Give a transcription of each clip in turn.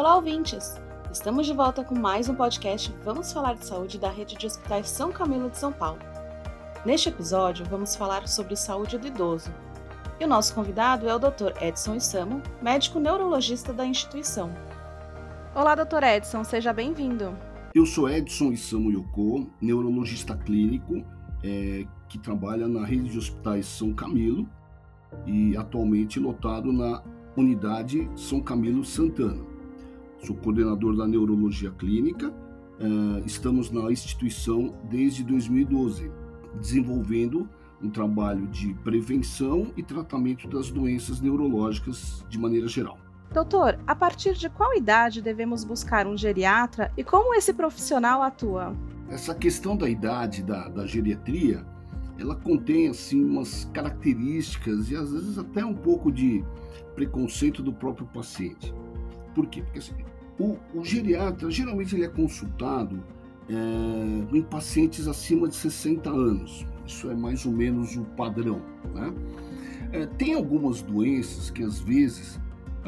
Olá, ouvintes! Estamos de volta com mais um podcast Vamos Falar de Saúde da Rede de Hospitais São Camilo de São Paulo. Neste episódio, vamos falar sobre saúde do idoso. E o nosso convidado é o Dr. Edson Isamo, médico neurologista da instituição. Olá, Dr. Edson, seja bem-vindo. Eu sou Edson Isamo Yoko, neurologista clínico que trabalha na Rede de Hospitais São Camilo e atualmente lotado na Unidade São Camilo Santana. Sou coordenador da Neurologia Clínica, estamos na instituição desde 2012, desenvolvendo um trabalho de prevenção e tratamento das doenças neurológicas de maneira geral. Doutor, a partir de qual idade devemos buscar um geriatra e como esse profissional atua? Essa questão da idade da geriatria, ela contém assim umas características e às vezes até um pouco de preconceito do próprio paciente. Por quê? Porque assim, o geriatra geralmente ele é consultado em pacientes acima de 60 anos. Isso é mais ou menos o padrão, né? Tem algumas doenças que às vezes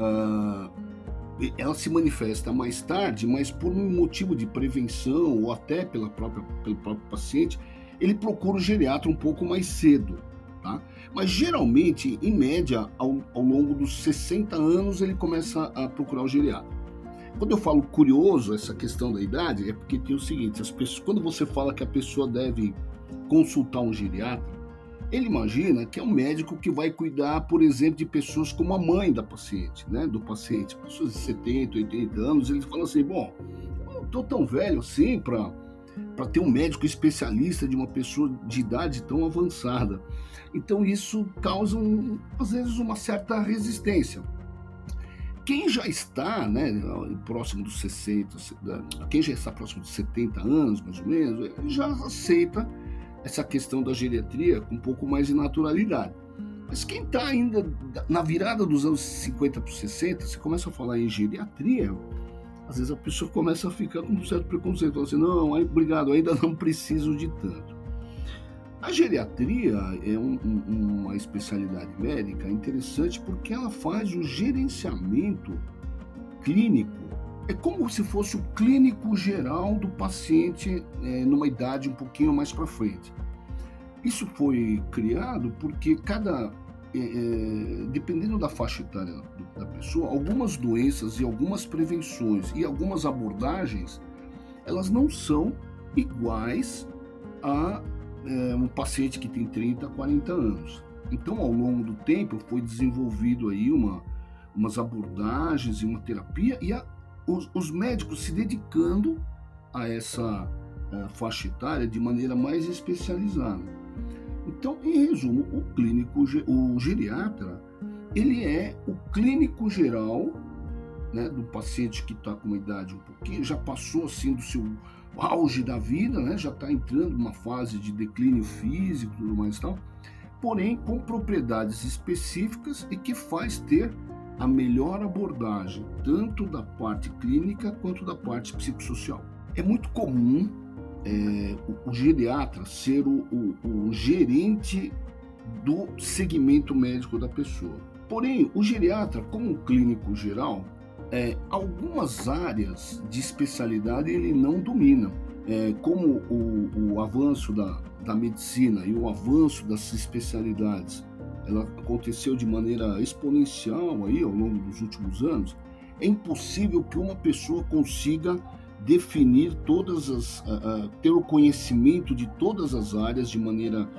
ela se manifesta mais tarde, mas por um motivo de prevenção ou até pelo próprio paciente, ele procura o geriatra um pouco mais cedo, tá? Mas geralmente, em média, ao longo dos 60 anos, ele começa a procurar o geriatra. Quando eu falo curioso, essa questão da idade, é porque tem o seguinte, quando você fala que a pessoa deve consultar um geriatra, ele imagina que é um médico que vai cuidar, por exemplo, de pessoas como a mãe da paciente, né? Do paciente, pessoas de 70, 80 anos, eles falam assim, bom, eu não estou tão velho assim para ter um médico especialista de uma pessoa de idade tão avançada. Então isso causa, às vezes, uma certa resistência. Quem já está, né, próximo dos 60, quem já está próximo de 70 anos, mais ou menos, ele já aceita essa questão da geriatria com um pouco mais de naturalidade. Mas quem está ainda na virada dos anos 50 para 60, você começa a falar em geriatria, às vezes a pessoa começa a ficar com um certo preconceito, fala assim, não, obrigado, ainda não preciso de tanto. A geriatria é uma especialidade médica interessante porque ela faz o gerenciamento clínico. É como se fosse o clínico geral do paciente numa idade um pouquinho mais para frente. Isso foi criado porque dependendo da faixa etária da pessoa, algumas doenças e algumas prevenções e algumas abordagens, elas não são iguais a um paciente que tem 30, 40 anos. Então, ao longo do tempo, foi desenvolvido aí umas abordagens e uma terapia e os médicos se dedicando a essa faixa etária de maneira mais especializada. Então, em resumo, o geriatra, ele é o clínico geral, né, do paciente que está com uma idade um pouquinho, já passou assim do seu auge da vida, né, já está entrando numa fase de declínio físico e tudo mais e tal, porém com propriedades específicas e que faz ter a melhor abordagem, tanto da parte clínica quanto da parte psicossocial. É muito comum o geriatra ser o gerente do segmento médico da pessoa. Porém, o geriatra, como clínico geral, algumas áreas de especialidade ele não domina. Como o avanço da medicina e o avanço das especialidades ela aconteceu de maneira exponencial aí ao longo dos últimos anos, é impossível que uma pessoa consiga definir ter o conhecimento de todas as áreas de maneira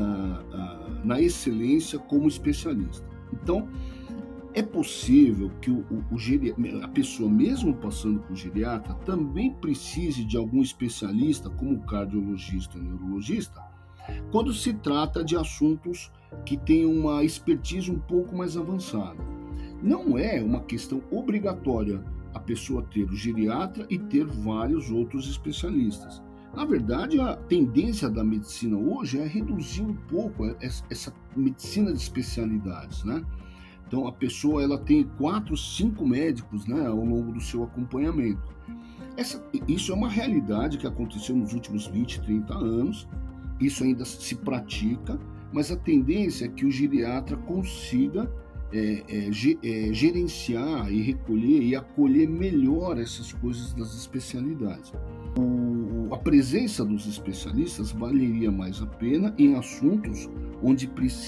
na excelência como especialista. Então, é possível que a pessoa, mesmo passando por geriatra, também precise de algum especialista, como o cardiologista ou neurologista, quando se trata de assuntos que têm uma expertise um pouco mais avançada. Não é uma questão obrigatória a pessoa ter o geriatra e ter vários outros especialistas. Na verdade, a tendência da medicina hoje é reduzir um pouco essa medicina de especialidades, né? Então, a pessoa ela tem 4, 5 médicos, né, ao longo do seu acompanhamento. Isso é uma realidade que aconteceu nos últimos 20, 30 anos. Isso ainda se pratica, mas a tendência é que o geriatra consiga gerenciar e recolher e acolher melhor essas coisas das especialidades. A presença dos especialistas valeria mais a pena em assuntos onde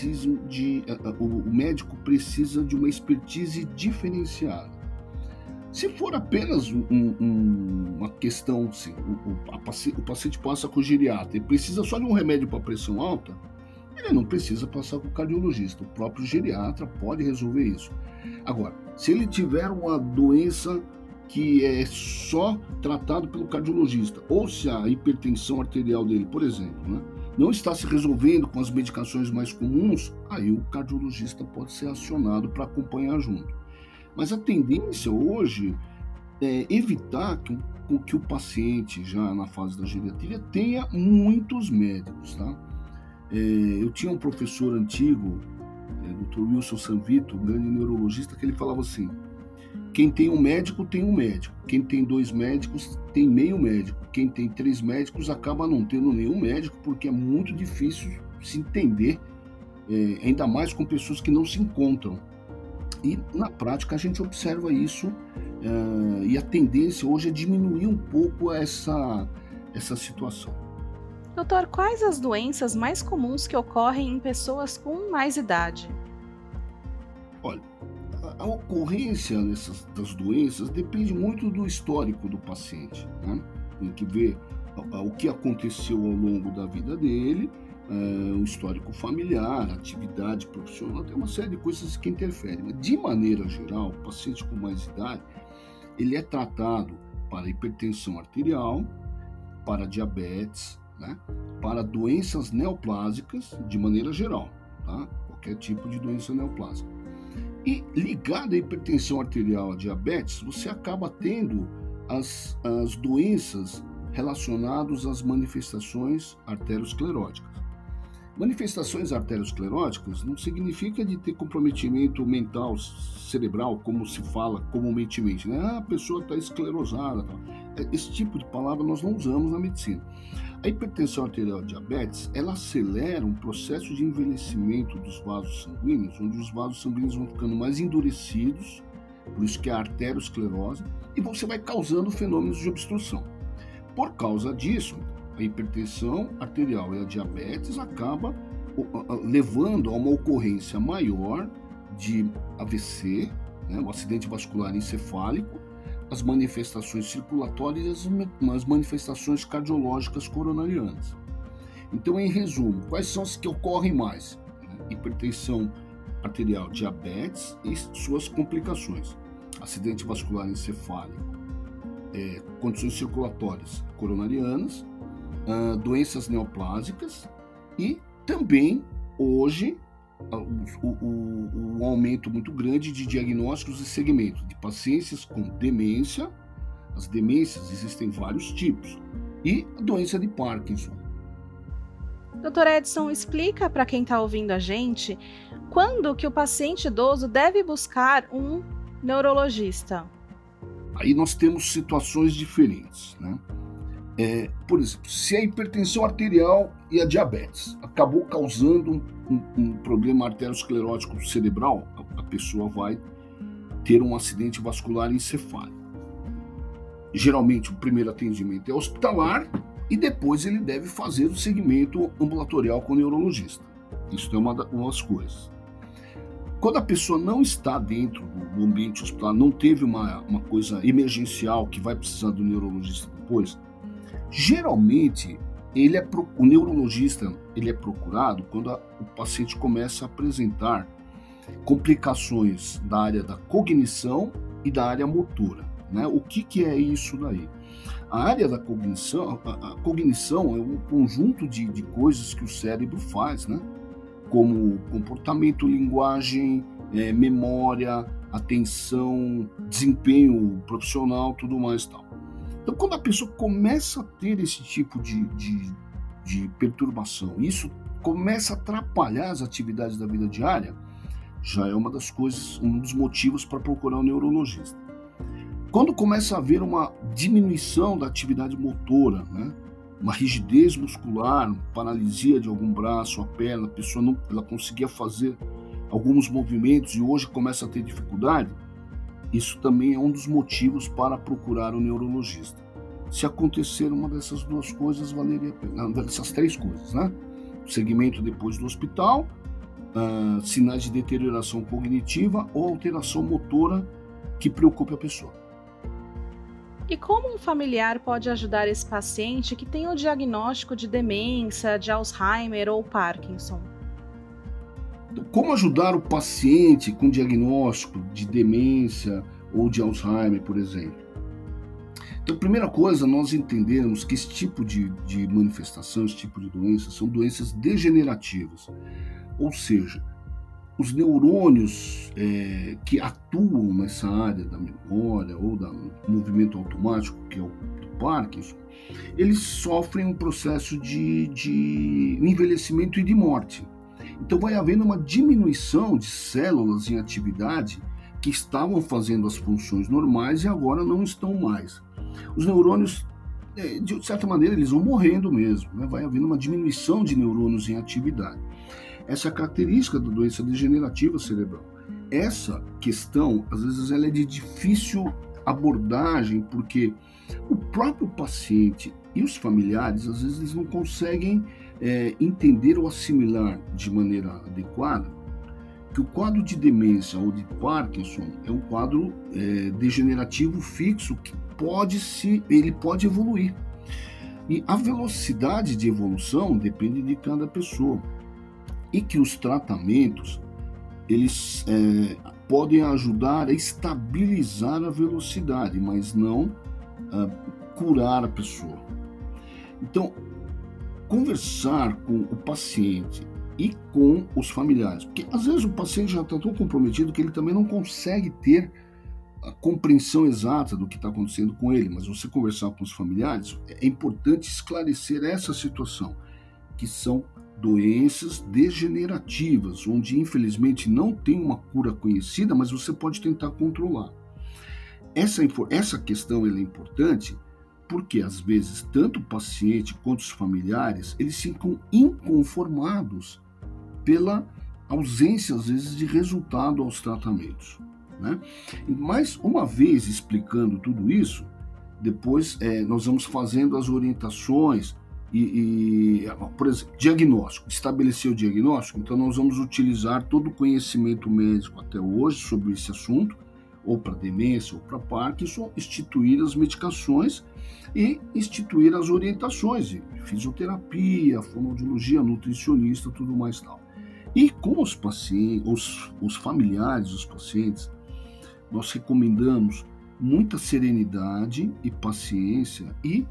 o médico precisa de uma expertise diferenciada. Se for apenas uma questão, assim, o paciente passa com o geriatra e precisa só de um remédio para pressão alta, ele não precisa passar com o cardiologista. O próprio geriatra pode resolver isso. Agora, se ele tiver uma doença que é só tratado pelo cardiologista, ou se a hipertensão arterial dele, por exemplo, né, não está se resolvendo com as medicações mais comuns, aí o cardiologista pode ser acionado para acompanhar junto. Mas a tendência hoje é evitar que o paciente, já na fase da geriatria, tenha muitos médicos, tá? Eu tinha um professor antigo, Dr. Wilson Sanvito, um grande neurologista, que ele falava assim: quem tem um médico, tem um médico. Quem tem 2 médicos, tem meio médico. Quem tem 3 médicos, acaba não tendo nenhum médico, porque é muito difícil se entender, ainda mais com pessoas que não se encontram. E, na prática, a gente observa isso, e a tendência hoje é diminuir um pouco essa situação. Doutor, quais as doenças mais comuns que ocorrem em pessoas com mais idade? Olha, a ocorrência das doenças depende muito do histórico do paciente, né? Tem que ver o que aconteceu ao longo da vida dele, o histórico familiar, atividade profissional, tem uma série de coisas que interferem. Mas, de maneira geral, o paciente com mais idade, ele é tratado para hipertensão arterial, para diabetes, né? Para doenças neoplásicas, de maneira geral, tá? Qualquer tipo de doença neoplásica. E ligado à hipertensão arterial, à diabetes, você acaba tendo as doenças relacionadas às manifestações arterioscleróticas. Manifestações arterioscleróticas não significa de ter comprometimento mental, cerebral, como se fala comumente, né? A pessoa está esclerosada. Esse tipo de palavra nós não usamos na medicina. A hipertensão arterial e diabetes, ela acelera um processo de envelhecimento dos vasos sanguíneos, onde os vasos sanguíneos vão ficando mais endurecidos, por isso que é a arteriosclerose, e você vai causando fenômenos de obstrução. Por causa disso, a hipertensão arterial e a diabetes acaba levando a uma ocorrência maior de AVC, né, o acidente vascular encefálico, as manifestações circulatórias e as manifestações cardiológicas coronarianas. Então, em resumo, quais são as que ocorrem mais? Hipertensão arterial, diabetes e suas complicações. Acidente vascular encefálico, condições circulatórias coronarianas, doenças neoplásicas e também, hoje, um aumento muito grande de diagnósticos e segmentos de pacientes com demência. As demências existem vários tipos, e a doença de Parkinson. Dr. Edson, explica para quem está ouvindo a gente quando que o paciente idoso deve buscar um neurologista. Aí nós temos situações diferentes, né? Por exemplo, se a hipertensão arterial e a diabetes acabou causando um problema arteriosclerótico cerebral, a pessoa vai ter um acidente vascular encefálico. Geralmente o primeiro atendimento é hospitalar e depois ele deve fazer o segmento ambulatorial com o neurologista. Isso é uma das coisas. Quando a pessoa não está dentro do ambiente hospitalar, não teve uma coisa emergencial que vai precisar do neurologista depois, geralmente o neurologista ele é procurado quando o paciente começa a apresentar complicações da área da cognição e da área motora, né? O que é isso daí? A área da cognição, a cognição é um conjunto de coisas que o cérebro faz, né? Como comportamento, linguagem, memória, atenção, desempenho profissional, tudo mais tal. Então, quando a pessoa começa a ter esse tipo de perturbação, isso começa a atrapalhar as atividades da vida diária, já é uma das coisas, um dos motivos para procurar um neurologista. Quando começa a haver uma diminuição da atividade motora, né? Uma rigidez muscular, paralisia de algum braço, a perna, a pessoa ela conseguia fazer alguns movimentos e hoje começa a ter dificuldade, isso também é um dos motivos para procurar um neurologista. Se acontecer uma dessas duas coisas, valeria a pena. Dessas três coisas, né? O segmento depois do hospital, sinais de deterioração cognitiva ou alteração motora que preocupe a pessoa. E como um familiar pode ajudar esse paciente que tem o diagnóstico de demência, de Alzheimer ou Parkinson? Então, como ajudar o paciente com diagnóstico de demência ou de Alzheimer, por exemplo? Então, primeira coisa, nós entendermos que esse tipo de manifestação, esse tipo de doença, são doenças degenerativas. Ou seja, os neurônios que atuam nessa área da memória ou do movimento automático, que é o do Parkinson, eles sofrem um processo de envelhecimento e de morte. Então vai havendo uma diminuição de células em atividade que estavam fazendo as funções normais e agora não estão mais. Os neurônios, de certa maneira, eles vão morrendo mesmo, né? Vai havendo uma diminuição de neurônios em atividade. Essa é a característica da doença degenerativa cerebral. Essa questão, às vezes, ela é de difícil abordagem, porque o próprio paciente e os familiares, às vezes, eles não conseguem entender ou assimilar de maneira adequada que o quadro de demência ou de Parkinson é um quadro degenerativo fixo que ele pode evoluir. E a velocidade de evolução depende de cada pessoa. E que os tratamentos, eles podem ajudar a estabilizar a velocidade, mas não curar a pessoa. Então, conversar com o paciente e com os familiares, porque às vezes o paciente já está tão comprometido que ele também não consegue ter a compreensão exata do que está acontecendo com ele, mas você conversar com os familiares, é importante esclarecer essa situação, que são doenças degenerativas, onde infelizmente não tem uma cura conhecida, mas você pode tentar controlar. Essa questão ela é importante porque às vezes tanto o paciente quanto os familiares eles ficam inconformados pela ausência às vezes de resultado aos tratamentos, né? Mas uma vez explicando tudo isso, depois nós vamos fazendo as orientações por exemplo, diagnóstico, estabelecer o diagnóstico, então nós vamos utilizar todo o conhecimento médico até hoje sobre esse assunto, ou para demência ou para Parkinson, instituir as medicações e instituir as orientações de fisioterapia, fonoaudiologia, nutricionista, tudo mais tal. E com os pacientes, os familiares dos pacientes, nós recomendamos muita serenidade e paciência e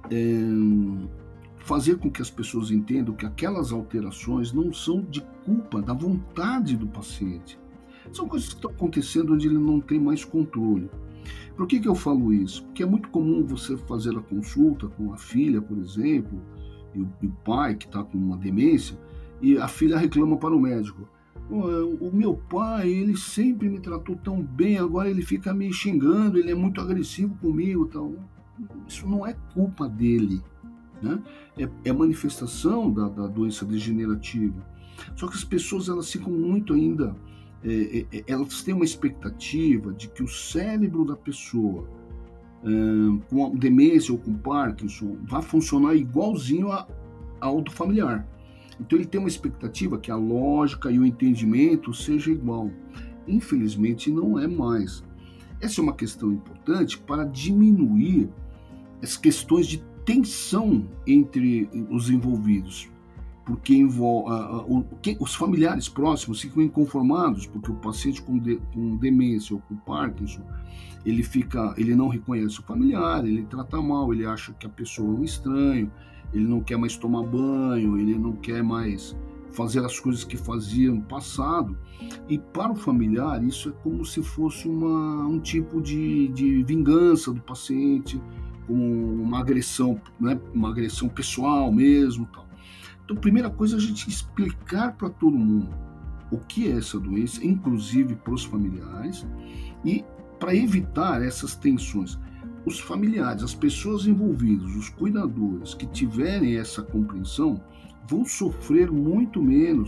fazer com que as pessoas entendam que aquelas alterações não são de culpa da vontade do paciente. São coisas que estão acontecendo onde ele não tem mais controle. Por que eu falo isso? Porque é muito comum você fazer a consulta com a filha, por exemplo, e o pai que está com uma demência, e a filha reclama para o médico: o meu pai, ele sempre me tratou tão bem, agora ele fica me xingando, ele é muito agressivo comigo. Então, isso não é culpa dele, né? É manifestação da doença degenerativa. Só que as pessoas elas ficam muito ainda, elas têm uma expectativa de que o cérebro da pessoa com demência ou com Parkinson vai funcionar igualzinho ao do familiar. Então ele tem uma expectativa que a lógica e o entendimento seja igual. Infelizmente não é mais. Essa é uma questão importante para diminuir as questões de tensão entre os envolvidos, porque os familiares próximos ficam inconformados, porque o paciente com demência ou com Parkinson, ele não reconhece o familiar, ele trata mal, ele acha que a pessoa é um estranho, ele não quer mais tomar banho, ele não quer mais fazer as coisas que fazia no passado, e para o familiar isso é como se fosse um tipo de vingança do paciente, uma agressão, né? Uma agressão pessoal mesmo, tal. Então, a primeira coisa é a gente explicar para todo mundo o que é essa doença, inclusive para os familiares, e para evitar essas tensões. Os familiares, as pessoas envolvidas, os cuidadores que tiverem essa compreensão, vão sofrer muito menos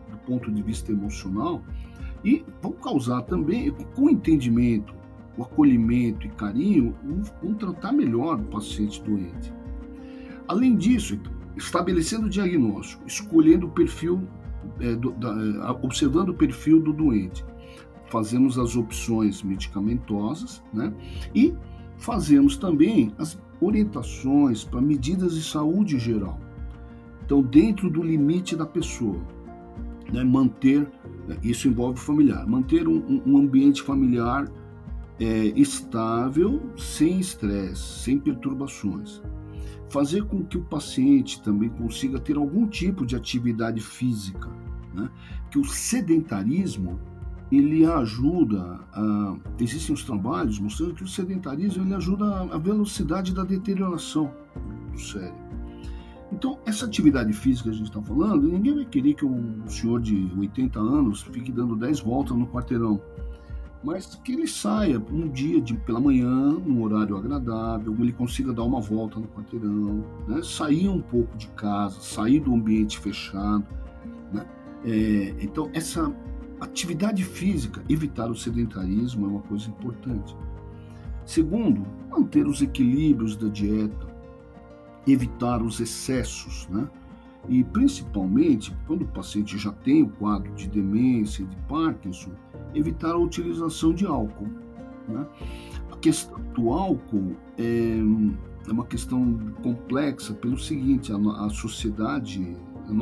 do ponto de vista emocional, e vão causar também, com entendimento, o acolhimento e carinho, vão tratar melhor o paciente doente. Além disso, estabelecendo o diagnóstico, escolhendo o perfil, observando o perfil do doente, fazemos as opções medicamentosas, né? E fazemos também as orientações para medidas de saúde geral. Então, dentro do limite da pessoa, né? Manter, isso envolve familiar, manter um ambiente familiar estável, sem estresse, sem perturbações. Fazer com que o paciente também consiga ter algum tipo de atividade física, né? Que o sedentarismo, ele ajuda, existem os trabalhos mostrando que o sedentarismo ele ajuda a velocidade da deterioração do cérebro. Então, essa atividade física que a gente está falando, ninguém vai querer que um senhor de 80 anos fique dando 10 voltas no quarteirão, mas que ele saia um dia pela manhã, num horário agradável, ele consiga dar uma volta no quarteirão, né? Sair um pouco de casa, sair do ambiente fechado, né? Então, essa atividade física, evitar o sedentarismo é uma coisa importante. Segundo, manter os equilíbrios da dieta, evitar os excessos, né? E principalmente, quando o paciente já tem o quadro de demência e de Parkinson, evitar a utilização de álcool, né? A questão do álcool é uma questão complexa pelo seguinte, a nossa sociedade,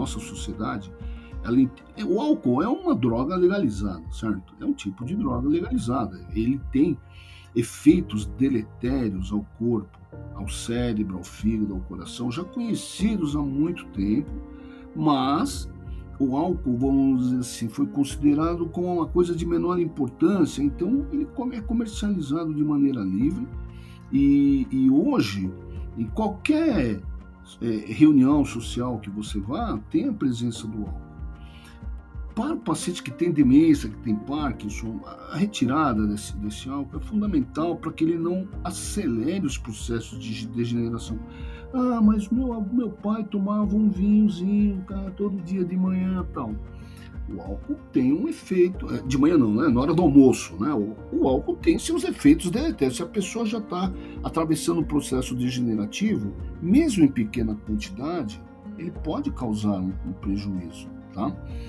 o álcool é uma droga legalizada, certo? É um tipo de droga legalizada. Ele tem efeitos deletérios ao corpo, ao cérebro, ao fígado, ao coração, já conhecidos há muito tempo, mas o álcool, vamos dizer assim, foi considerado como uma coisa de menor importância, então ele é comercializado de maneira livre e hoje, em qualquer reunião social que você vá, tem a presença do álcool. Para o paciente que tem demência, que tem Parkinson, a retirada desse álcool é fundamental para que ele não acelere os processos de degeneração. Ah, mas meu pai tomava um vinhozinho, cara, todo dia de manhã e tal. O álcool tem um efeito, de manhã não, né? Na hora do almoço, né? O álcool tem seus efeitos deletérios. Se a pessoa já está atravessando um processo degenerativo, mesmo em pequena quantidade, ele pode causar um prejuízo, tá?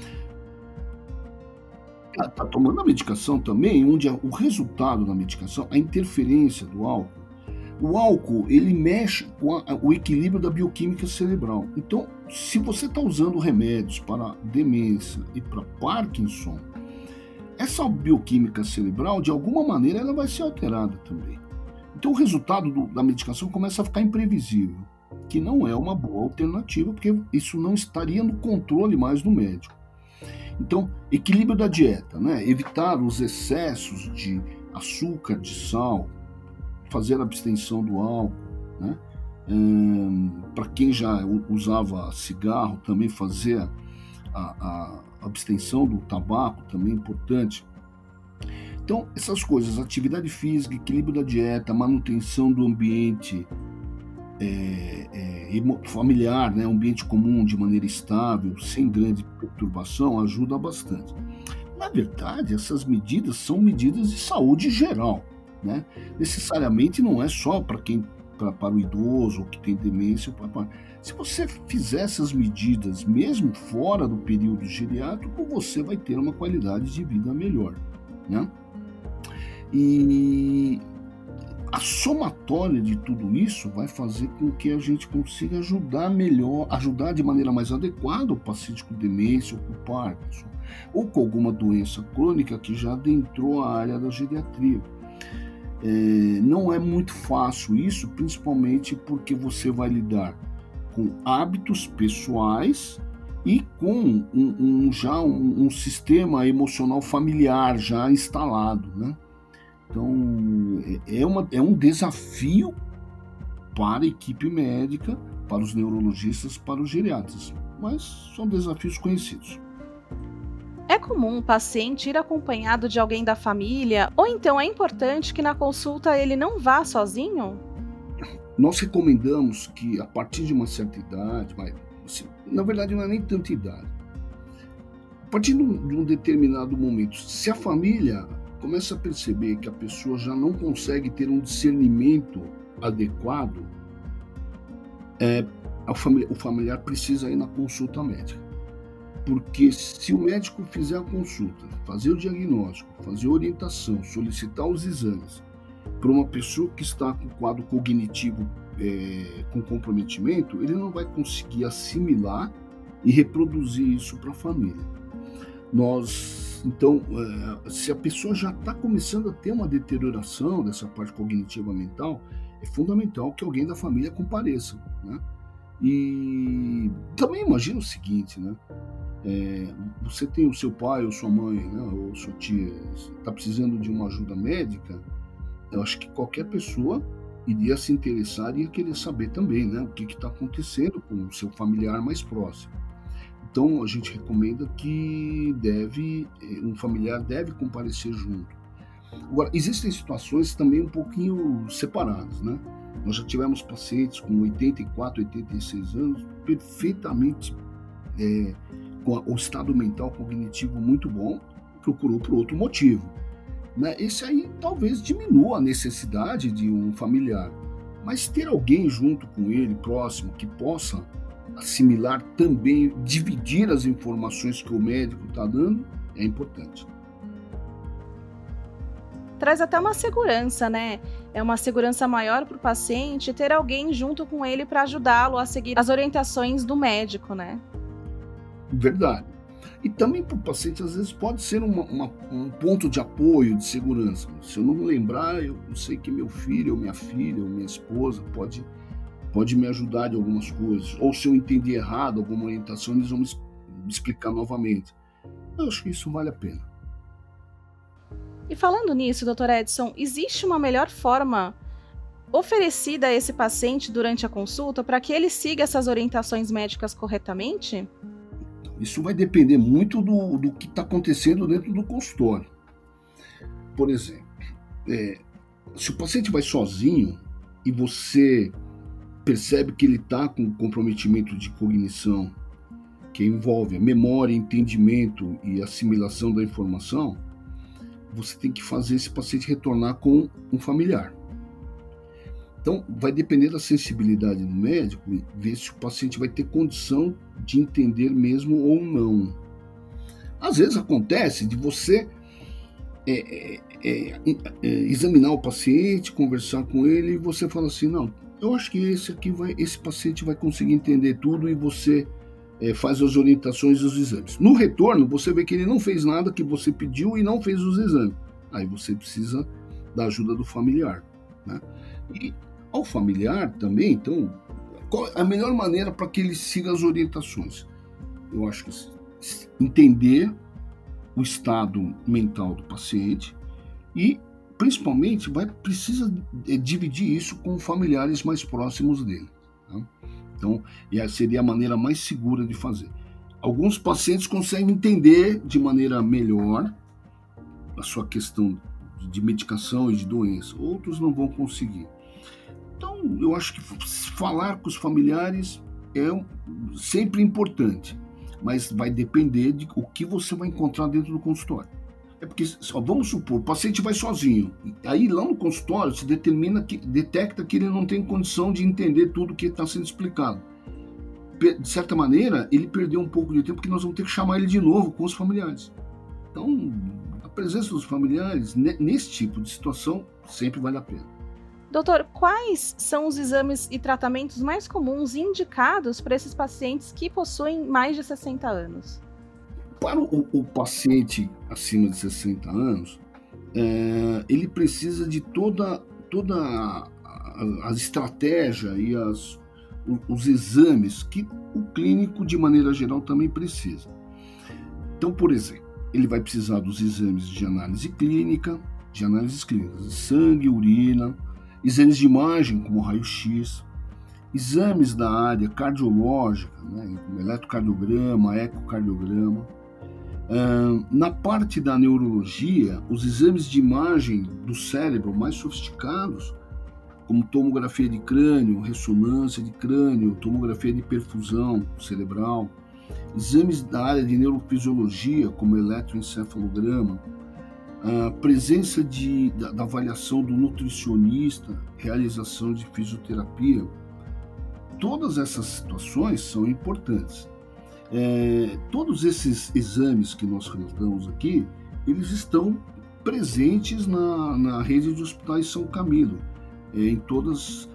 Está tomando a medicação também, onde o resultado da medicação, a interferência do álcool, o álcool ele mexe com o equilíbrio da bioquímica cerebral. Então, se você está usando remédios para demência e para Parkinson, essa bioquímica cerebral, de alguma maneira, ela vai ser alterada também. Então, o resultado da medicação começa a ficar imprevisível, que não é uma boa alternativa, porque isso não estaria no controle mais do médico. Então, equilíbrio da dieta, né? Evitar os excessos de açúcar, de sal, fazer a abstenção do álcool, né? Para quem já usava cigarro, também fazer a abstenção do tabaco, também é importante. Então, essas coisas, atividade física, equilíbrio da dieta, manutenção do ambiente familiar, né, ambiente comum de maneira estável, sem grande perturbação, ajuda bastante. Na verdade, essas medidas são medidas de saúde geral, né? Necessariamente não é só para o idoso ou que tem demência. Se você fizer essas medidas mesmo fora do período geriátrico, você vai ter uma qualidade de vida melhor, né? E a somatória de tudo isso vai fazer com que a gente consiga ajudar de maneira mais adequada o paciente com demência ou com Parkinson, ou com alguma doença crônica que já adentrou a área da geriatria. Não é muito fácil isso, principalmente porque você vai lidar com hábitos pessoais e com um sistema emocional familiar já instalado, né? Então, é um desafio para a equipe médica, para os neurologistas, para os geriatras, mas são desafios conhecidos. É comum o paciente ir acompanhado de alguém da família, ou então é importante que na consulta ele não vá sozinho? Nós recomendamos que a partir de uma certa idade, na verdade não é nem tanta idade, A partir de um determinado momento, se a família começa a perceber que a pessoa já não consegue ter um discernimento adequado, o familiar precisa ir na consulta médica. Porque se o médico fizer a consulta, fazer o diagnóstico, fazer a orientação, solicitar os exames para uma pessoa que está com quadro cognitivo com comprometimento, ele não vai conseguir assimilar e reproduzir isso para a família. Então, se a pessoa já está começando a ter uma deterioração dessa parte cognitiva mental, é fundamental que alguém da família compareça, né? E também imagina o seguinte, né? Você tem o seu pai ou sua mãe, né, ou sua tia, está precisando de uma ajuda médica, eu acho que qualquer pessoa iria se interessar e ia querer saber também, né, o que está acontecendo com o seu familiar mais próximo. Então a gente recomenda que um familiar deve comparecer junto. Agora, existem situações também um pouquinho separadas, né? Nós já tivemos pacientes com 84, 86 anos, perfeitamente com o estado mental cognitivo muito bom, procurou por outro motivo, né? Esse aí talvez diminua a necessidade de um familiar, mas ter alguém junto com ele, próximo, que possa assimilar também, dividir as informações que o médico está dando, é importante. Traz até uma segurança, né? É uma segurança maior para o paciente ter alguém junto com ele para ajudá-lo a seguir as orientações do médico, né? Verdade. E também para o paciente, às vezes, pode ser um ponto de apoio, de segurança. Se eu não me lembrar, eu sei que meu filho, ou minha filha, ou minha esposa pode me ajudar de algumas coisas. Ou se eu entendi errado alguma orientação, eles vão me explicar novamente. Eu acho que isso vale a pena. E falando nisso, Dr. Edson, existe uma melhor forma oferecida a esse paciente durante a consulta para que ele siga essas orientações médicas corretamente? Isso vai depender muito do que está acontecendo dentro do consultório. Por exemplo, se o paciente vai sozinho e você percebe que ele está com comprometimento de cognição, que envolve a memória, entendimento e assimilação da informação, você tem que fazer esse paciente retornar com um familiar. Então, vai depender da sensibilidade do médico e ver se o paciente vai ter condição de entender mesmo ou não. Às vezes acontece de você examinar o paciente, conversar com ele e você fala assim, não, eu acho que esse paciente vai conseguir entender tudo e você faz as orientações e os exames. No retorno, você vê que ele não fez nada que você pediu e não fez os exames. Aí você precisa da ajuda do familiar, né? E ao familiar também, então, qual a melhor maneira para que ele siga as orientações? Eu acho que entender o estado mental do paciente e, principalmente, precisa dividir isso com familiares mais próximos dele, tá? Então, seria a maneira mais segura de fazer. Alguns pacientes conseguem entender de maneira melhor a sua questão de medicação e de doença, outros não vão conseguir. Então, eu acho que falar com os familiares é sempre importante, mas vai depender de o que você vai encontrar dentro do consultório. Porque, vamos supor, o paciente vai sozinho, aí lá no consultório se detecta que ele não tem condição de entender tudo que está sendo explicado. De certa maneira, ele perdeu um pouco de tempo, porque nós vamos ter que chamar ele de novo com os familiares. Então, a presença dos familiares, nesse tipo de situação, sempre vale a pena. Doutor, quais são os exames e tratamentos mais comuns e indicados para esses pacientes que possuem mais de 60 anos? Para o paciente acima de 60 anos, ele precisa de toda a estratégia e os exames que o clínico, de maneira geral, também precisa. Então, por exemplo, ele vai precisar dos exames de análises clínicas, de sangue, urina, exames de imagem, como raio-x, exames da área cardiológica, né, como eletrocardiograma, ecocardiograma. Na parte da neurologia, os exames de imagem do cérebro mais sofisticados, como tomografia de crânio, ressonância de crânio, tomografia de perfusão cerebral, exames da área de neurofisiologia, como eletroencefalograma, a presença da avaliação do nutricionista, realização de fisioterapia. Todas essas situações são importantes. Todos esses exames que nós relatamos aqui, eles estão presentes na rede de hospitais São Camilo, em todas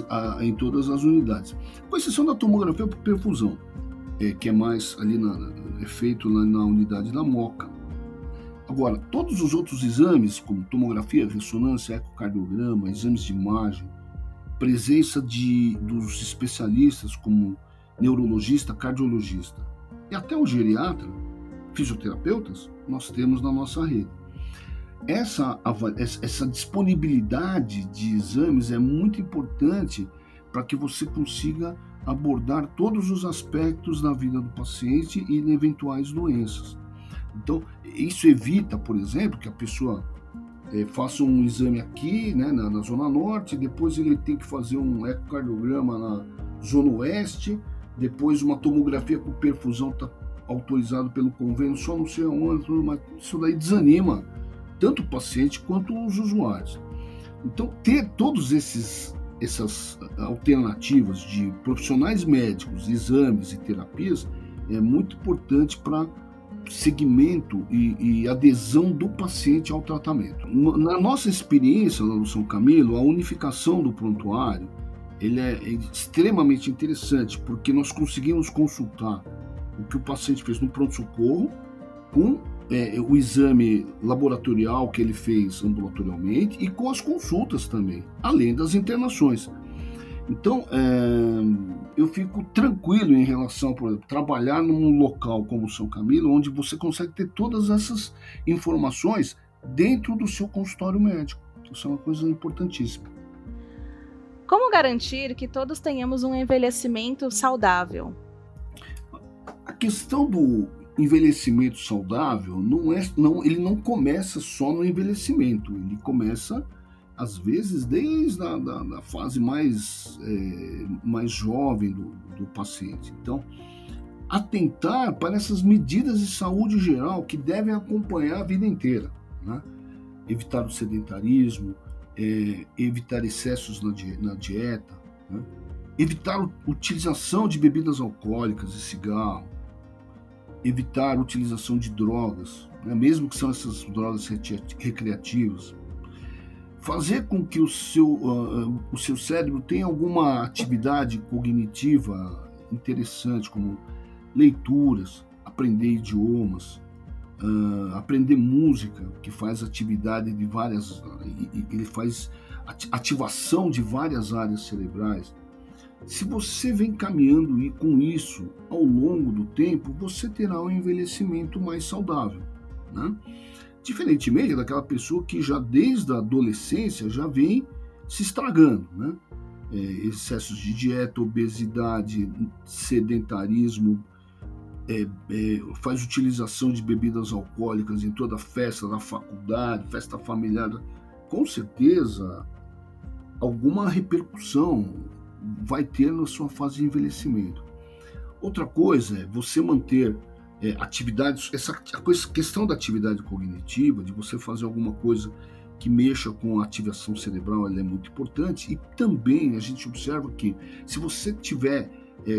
as unidades, com exceção da tomografia por perfusão, que é mais ali é feito na unidade da Moca. Agora, todos os outros exames, como tomografia, ressonância, ecocardiograma, exames de imagem, presença dos especialistas como neurologista, cardiologista e até o geriatra, fisioterapeutas, nós temos na nossa rede. Essa disponibilidade de exames é muito importante para que você consiga abordar todos os aspectos da vida do paciente e de eventuais doenças. Então, isso evita, por exemplo, que a pessoa faça um exame aqui, né, na Zona Norte, depois ele tem que fazer um ecocardiograma na Zona Oeste, depois uma tomografia com perfusão está autorizado pelo convênio, só não sei aonde, mas isso daí desanima tanto o paciente quanto os usuários. Então, ter todas essas alternativas de profissionais médicos, exames e terapias é muito importante para segmento e adesão do paciente ao tratamento. Na nossa experiência lá no São Camilo, a unificação do prontuário ele é extremamente interessante, porque nós conseguimos consultar o que o paciente fez no pronto-socorro com o exame laboratorial que ele fez ambulatorialmente e com as consultas também, além das internações. Então, eu fico tranquilo em relação, por exemplo, trabalhar num local como São Camilo, onde você consegue ter todas essas informações dentro do seu consultório médico. Isso é uma coisa importantíssima. Como garantir que todos tenhamos um envelhecimento saudável? A questão do envelhecimento saudável ele não começa só no envelhecimento, ele começa às vezes desde a fase mais jovem do paciente. Então, atentar para essas medidas de saúde geral que devem acompanhar a vida inteira, né? Evitar o sedentarismo, evitar excessos na dieta, né? Evitar a utilização de bebidas alcoólicas e cigarro, evitar a utilização de drogas, né? Mesmo que são essas drogas recreativas. Fazer com que o seu cérebro tenha alguma atividade cognitiva interessante, como leituras, aprender idiomas, aprender música, que faz atividade de várias... ele faz ativação de várias áreas cerebrais. Se você vem caminhando com isso ao longo do tempo, você terá um envelhecimento mais saudável, né? Diferentemente daquela pessoa que já desde a adolescência já vem se estragando, né? Excessos de dieta, obesidade, sedentarismo, faz utilização de bebidas alcoólicas em toda festa da faculdade, festa familiar, com certeza alguma repercussão vai ter na sua fase de envelhecimento. Outra coisa é você manter atividades, essa questão da atividade cognitiva, de você fazer alguma coisa que mexa com a ativação cerebral, ela é muito importante. E também a gente observa que se você tiver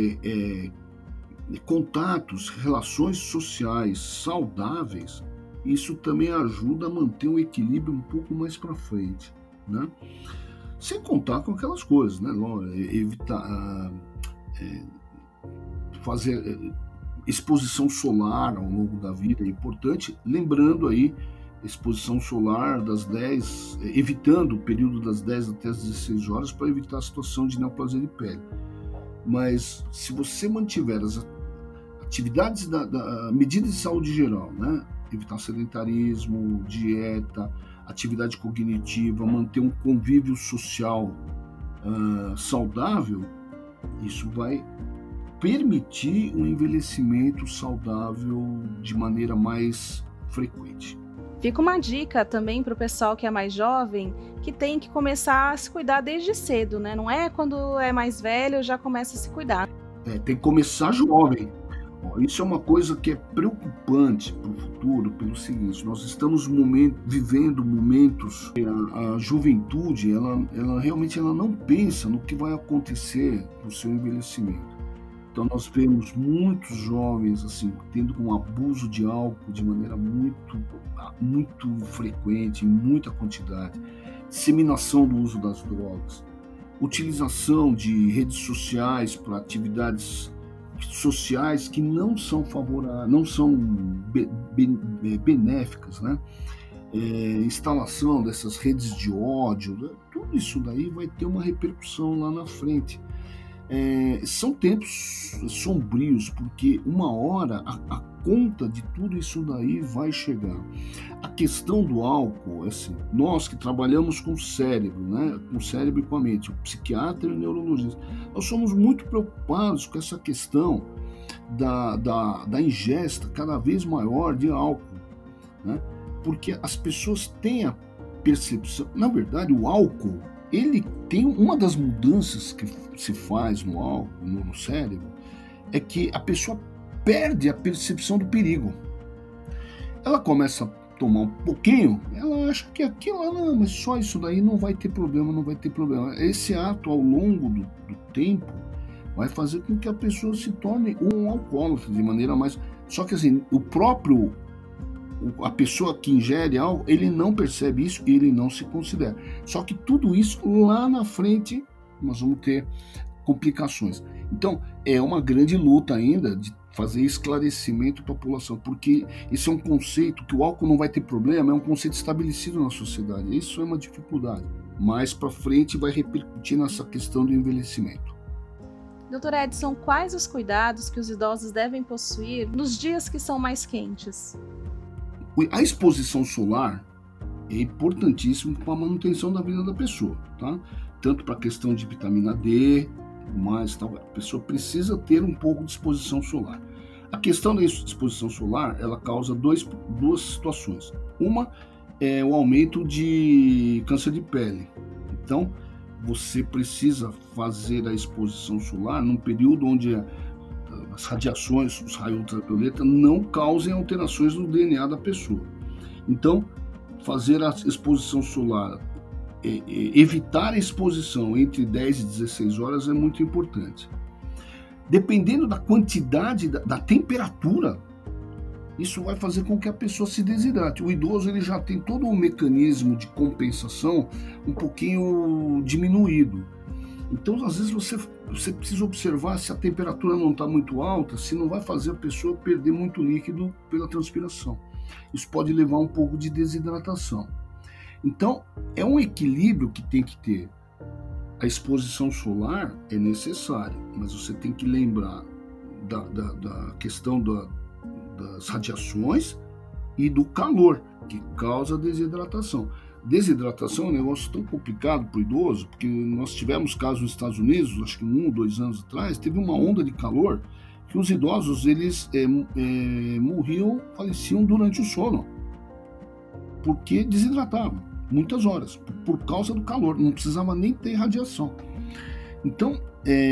contatos, relações sociais saudáveis, isso também ajuda a manter um equilíbrio um pouco mais para frente, né? Sem contar com aquelas coisas, né? Evitar fazer exposição solar ao longo da vida é importante, lembrando aí exposição solar das 10, evitando o período das 10 até as 16 horas para evitar a situação de neoplasia de pele. Mas se você mantiver as atividades da medida de saúde geral, né? Evitar sedentarismo, dieta, atividade cognitiva, manter um convívio social saudável, isso vai permitir um envelhecimento saudável de maneira mais frequente. Fica uma dica também para o pessoal que é mais jovem, que tem que começar a se cuidar desde cedo, né? Não é quando é mais velho já começa a se cuidar. Tem que começar jovem. Isso é uma coisa que é preocupante para o futuro, pelo seguinte: nós estamos vivendo momentos que a juventude, ela realmente não pensa no que vai acontecer no seu envelhecimento. Então nós vemos muitos jovens assim tendo um abuso de álcool de maneira muito frequente, em muita quantidade, disseminação do uso das drogas, utilização de redes sociais para atividades sociais que não são favoráveis, não são benéficas, né? Instalação dessas redes de ódio, né? Tudo isso daí vai ter uma repercussão lá na frente. São tempos sombrios, porque uma hora a conta de tudo isso daí vai chegar. A questão do álcool, assim, nós que trabalhamos com o cérebro, né, com o cérebro e com a mente, o psiquiatra e o neurologista, nós somos muito preocupados com essa questão da ingesta cada vez maior de álcool, né, porque as pessoas têm a percepção, na verdade, o álcool, ele tem uma das mudanças que se faz no álcool, no cérebro, é que a pessoa perde a percepção do perigo. Ela começa a tomar um pouquinho, ela acha que aquilo, não, mas só isso daí não vai ter problema, não vai ter problema. Esse ato, ao longo do tempo, vai fazer com que a pessoa se torne um alcoólatra de maneira mais... Só que assim, a pessoa que ingere algo, ele não percebe isso e ele não se considera. Só que tudo isso lá na frente nós vamos ter complicações. Então é uma grande luta ainda de fazer esclarecimento para a população, porque esse é um conceito que o álcool não vai ter problema, é um conceito estabelecido na sociedade. Isso é uma dificuldade. Mais para frente vai repercutir nessa questão do envelhecimento. Dr. Edson, quais os cuidados que os idosos devem possuir nos dias que são mais quentes? A exposição solar é importantíssima para a manutenção da vida da pessoa, tá? Tanto para a questão de vitamina D, mais tal, a pessoa precisa ter um pouco de exposição solar. A questão da exposição solar, ela causa duas situações. Uma é o aumento de câncer de pele. Então, você precisa fazer a exposição solar num período onde as radiações, os raios ultravioleta, não causem alterações no DNA da pessoa. Então, fazer a exposição solar, evitar a exposição entre 10 e 16 horas é muito importante. Dependendo da quantidade, da temperatura, isso vai fazer com que a pessoa se desidrate. O idoso ele já tem todo um mecanismo de compensação um pouquinho diminuído. Então, às vezes, você precisa observar se a temperatura não está muito alta, se não vai fazer a pessoa perder muito líquido pela transpiração. Isso pode levar um pouco de desidratação. Então, é um equilíbrio que tem que ter. A exposição solar é necessária, mas você tem que lembrar da questão das radiações e do calor, que causa desidratação. Desidratação é um negócio tão complicado para o idoso, porque nós tivemos casos nos Estados Unidos, acho que 1 ou 2 anos atrás, teve uma onda de calor que os idosos eles morriam, faleciam durante o sono, porque desidratavam muitas horas, por causa do calor, não precisava nem ter radiação. Então,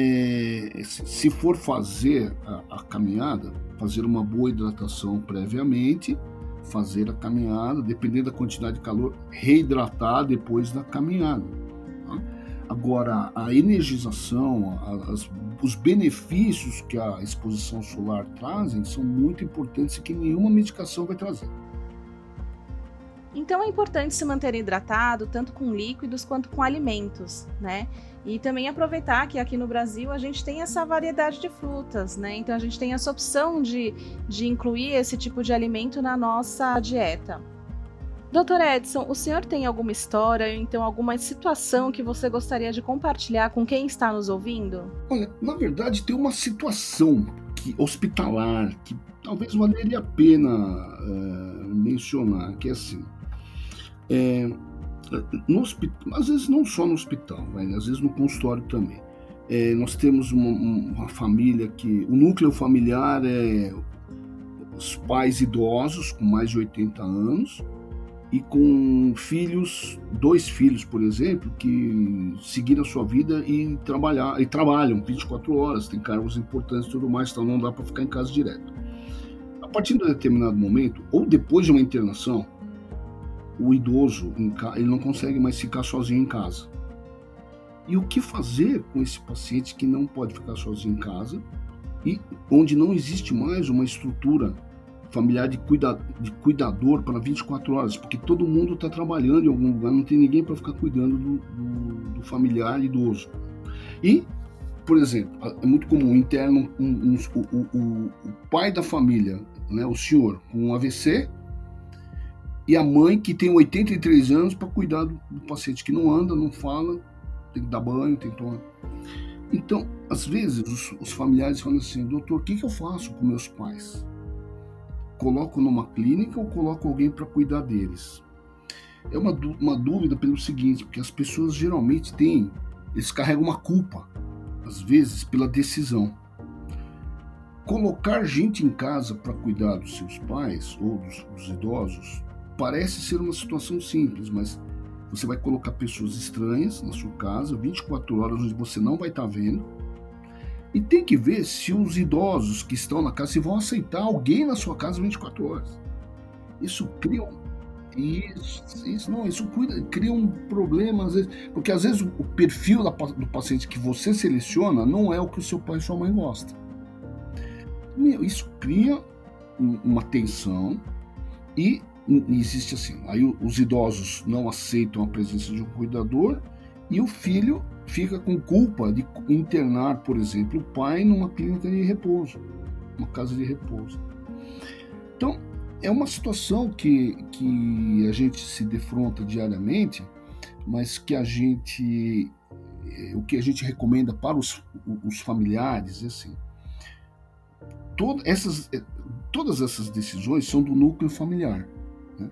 se for fazer a caminhada, fazer uma boa hidratação previamente, fazer a caminhada, dependendo da quantidade de calor, reidratar depois da caminhada. Tá? Agora, a energização, os benefícios que a exposição solar trazem são muito importantes e que nenhuma medicação vai trazer. Então é importante se manter hidratado, tanto com líquidos quanto com alimentos, né? E também aproveitar que aqui no Brasil a gente tem essa variedade de frutas, né? Então a gente tem essa opção de incluir esse tipo de alimento na nossa dieta. Dr. Edson, o senhor tem alguma história, então alguma situação que você gostaria de compartilhar com quem está nos ouvindo? Olha, na verdade tem uma situação hospitalar que talvez valeria a pena mencionar, que é assim... no hospital, às vezes não só no hospital, às vezes no consultório também. Nós temos uma família que o núcleo familiar é os pais idosos com mais de 80 anos e com filhos, 2 filhos, por exemplo, que seguiram a sua vida e trabalham 24 horas, tem cargos importantes e tudo mais, então não dá para ficar em casa direto. A partir de um determinado momento, ou depois de uma internação, o idoso ele não consegue mais ficar sozinho em casa. E o que fazer com esse paciente que não pode ficar sozinho em casa e onde não existe mais uma estrutura familiar de cuidador para 24 horas, porque todo mundo está trabalhando em algum lugar, não tem ninguém para ficar cuidando do familiar idoso. E, por exemplo, é muito comum interno o pai da família, né, o senhor com um AVC, e a mãe que tem 83 anos para cuidar do paciente que não anda, não fala, tem que dar banho, tem que tomar. Então, às vezes, os familiares falam assim: doutor, o que eu faço com meus pais? Coloco numa clínica ou coloco alguém para cuidar deles? É uma dúvida pelo seguinte, porque as pessoas geralmente eles carregam uma culpa, às vezes, pela decisão. Colocar gente em casa para cuidar dos seus pais ou dos idosos parece ser uma situação simples, mas você vai colocar pessoas estranhas na sua casa, 24 horas, onde você não vai estar vendo, e tem que ver se os idosos que estão na casa se vão aceitar alguém na sua casa 24 horas. Isso cria cria um problema, às vezes, porque às vezes o perfil do paciente que você seleciona não é o que o seu pai e sua mãe gostam. Isso cria uma tensão e existe assim, aí os idosos não aceitam a presença de um cuidador e o filho fica com culpa de internar, por exemplo, o pai numa clínica de repouso, uma casa de repouso. Então, é uma situação que a gente se defronta diariamente, mas que o que a gente recomenda para os familiares é assim: todas essas decisões são do núcleo familiar, né?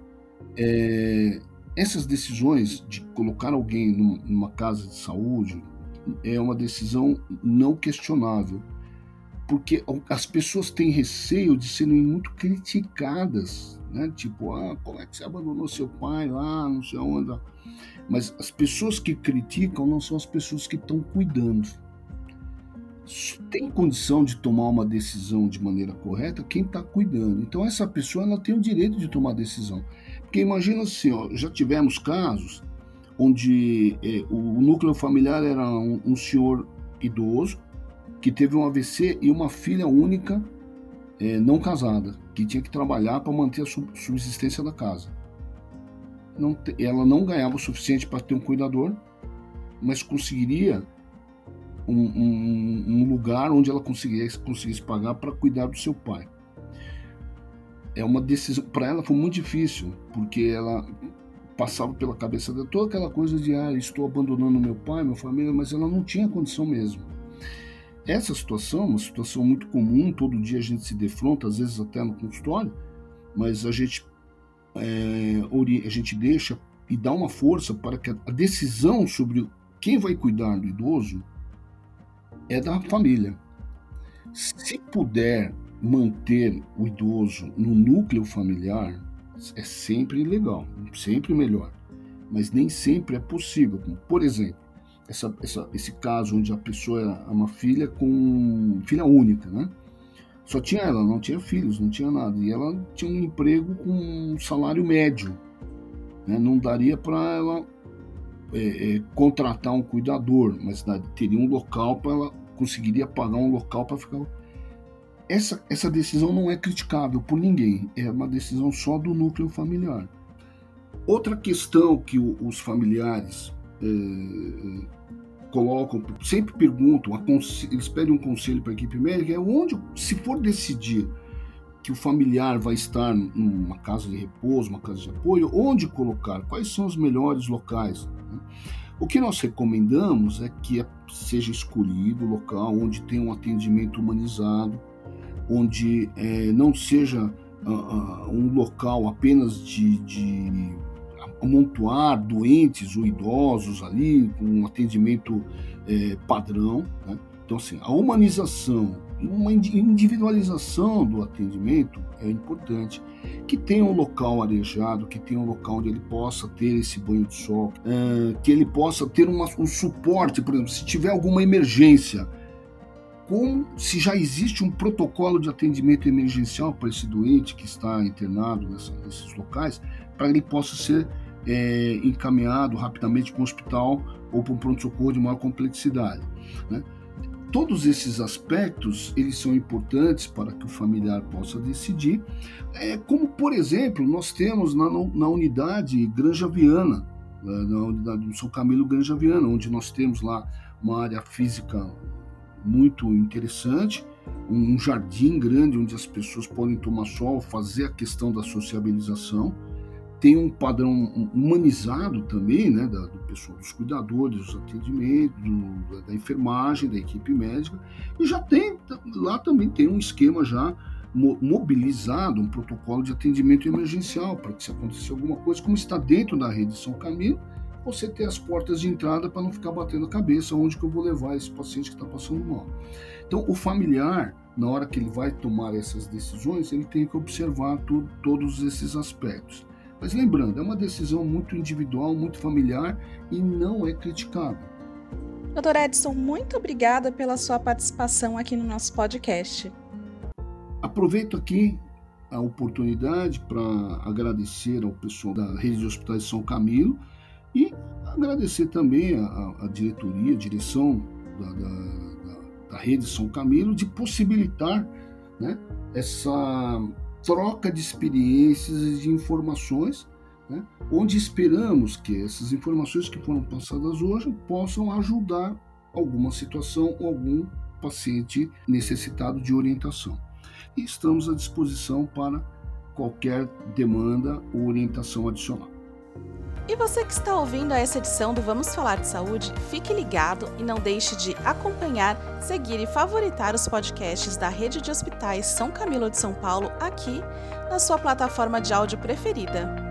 Essas decisões de colocar alguém numa casa de saúde é uma decisão não questionável, porque as pessoas têm receio de serem muito criticadas, né? Tipo, como é que você abandonou seu pai lá, não sei onde. Mas as pessoas que criticam não são as pessoas que estão cuidando. Tem condição de tomar uma decisão de maneira correta quem está cuidando. Então essa pessoa ela tem o direito de tomar decisão. Porque imagina assim, já tivemos casos onde o núcleo familiar era um senhor idoso que teve um AVC e uma filha única não casada, que tinha que trabalhar para manter a subsistência da casa. Ela não ganhava o suficiente para ter um cuidador, mas conseguiria um lugar onde ela conseguisse pagar para cuidar do seu pai. É uma decisão, para ela foi muito difícil, porque ela passava pela cabeça dela toda aquela coisa de estou abandonando meu pai, minha família, mas ela não tinha condição mesmo. Essa situação é uma situação muito comum, todo dia a gente se defronta, às vezes até no consultório, mas a gente deixa e dá uma força para que a decisão sobre quem vai cuidar do idoso é da família. Se puder manter o idoso no núcleo familiar, é sempre legal, sempre melhor, mas nem sempre é possível. Por exemplo, esse caso onde a pessoa era uma filha única, né? Só tinha ela, não tinha filhos, não tinha nada, e ela tinha um emprego com um salário médio, né? Não daria para ela contratar um cuidador, mas teria um local para ela, conseguiria pagar um local para ficar. Essa decisão não é criticável por ninguém, é uma decisão só do núcleo familiar. Outra questão que os familiares colocam, sempre perguntam, eles pedem um conselho para a equipe médica, se for decidir que o familiar vai estar numa casa de repouso, uma casa de apoio, onde colocar, quais são os melhores locais, né? O que nós recomendamos é que seja escolhido o local onde tem um atendimento humanizado, onde não seja um local apenas de amontoar doentes ou idosos ali, com um atendimento padrão, né? Então, assim, a humanização uma individualização do atendimento é importante, que tenha um local arejado, que tenha um local onde ele possa ter esse banho de sol, que ele possa ter um suporte, por exemplo, se tiver alguma emergência, como se já existe um protocolo de atendimento emergencial para esse doente que está internado nesses locais, para ele possa ser encaminhado rapidamente para um hospital ou para um pronto-socorro de maior complexidade, né? Todos esses aspectos, eles são importantes para que o familiar possa decidir, como, por exemplo, nós temos na unidade Granja Viana, na unidade do São Camilo Granja Viana, onde nós temos lá uma área física muito interessante, um jardim grande onde as pessoas podem tomar sol, fazer a questão da sociabilização. Tem um padrão humanizado também, né, do pessoal, dos cuidadores, dos atendimentos, da enfermagem, da equipe médica, e lá também tem um esquema já mobilizado, um protocolo de atendimento emergencial, para que se acontecer alguma coisa, como está dentro da rede São Camilo, você ter as portas de entrada para não ficar batendo a cabeça onde que eu vou levar esse paciente que está passando mal. Então, o familiar, na hora que ele vai tomar essas decisões, ele tem que observar todos esses aspectos. Mas lembrando, é uma decisão muito individual, muito familiar e não é criticável. Dr. Edson, muito obrigada pela sua participação aqui no nosso podcast. Aproveito aqui a oportunidade para agradecer ao pessoal da Rede de Hospitais de São Camilo e agradecer também a diretoria, a direção da Rede São Camilo de possibilitar, né, essa troca de experiências e de informações, né, onde esperamos que essas informações que foram passadas hoje possam ajudar alguma situação ou algum paciente necessitado de orientação. E estamos à disposição para qualquer demanda ou orientação adicional. E você que está ouvindo essa edição do Vamos Falar de Saúde, fique ligado e não deixe de acompanhar, seguir e favoritar os podcasts da Rede de Hospitais São Camilo de São Paulo aqui na sua plataforma de áudio preferida.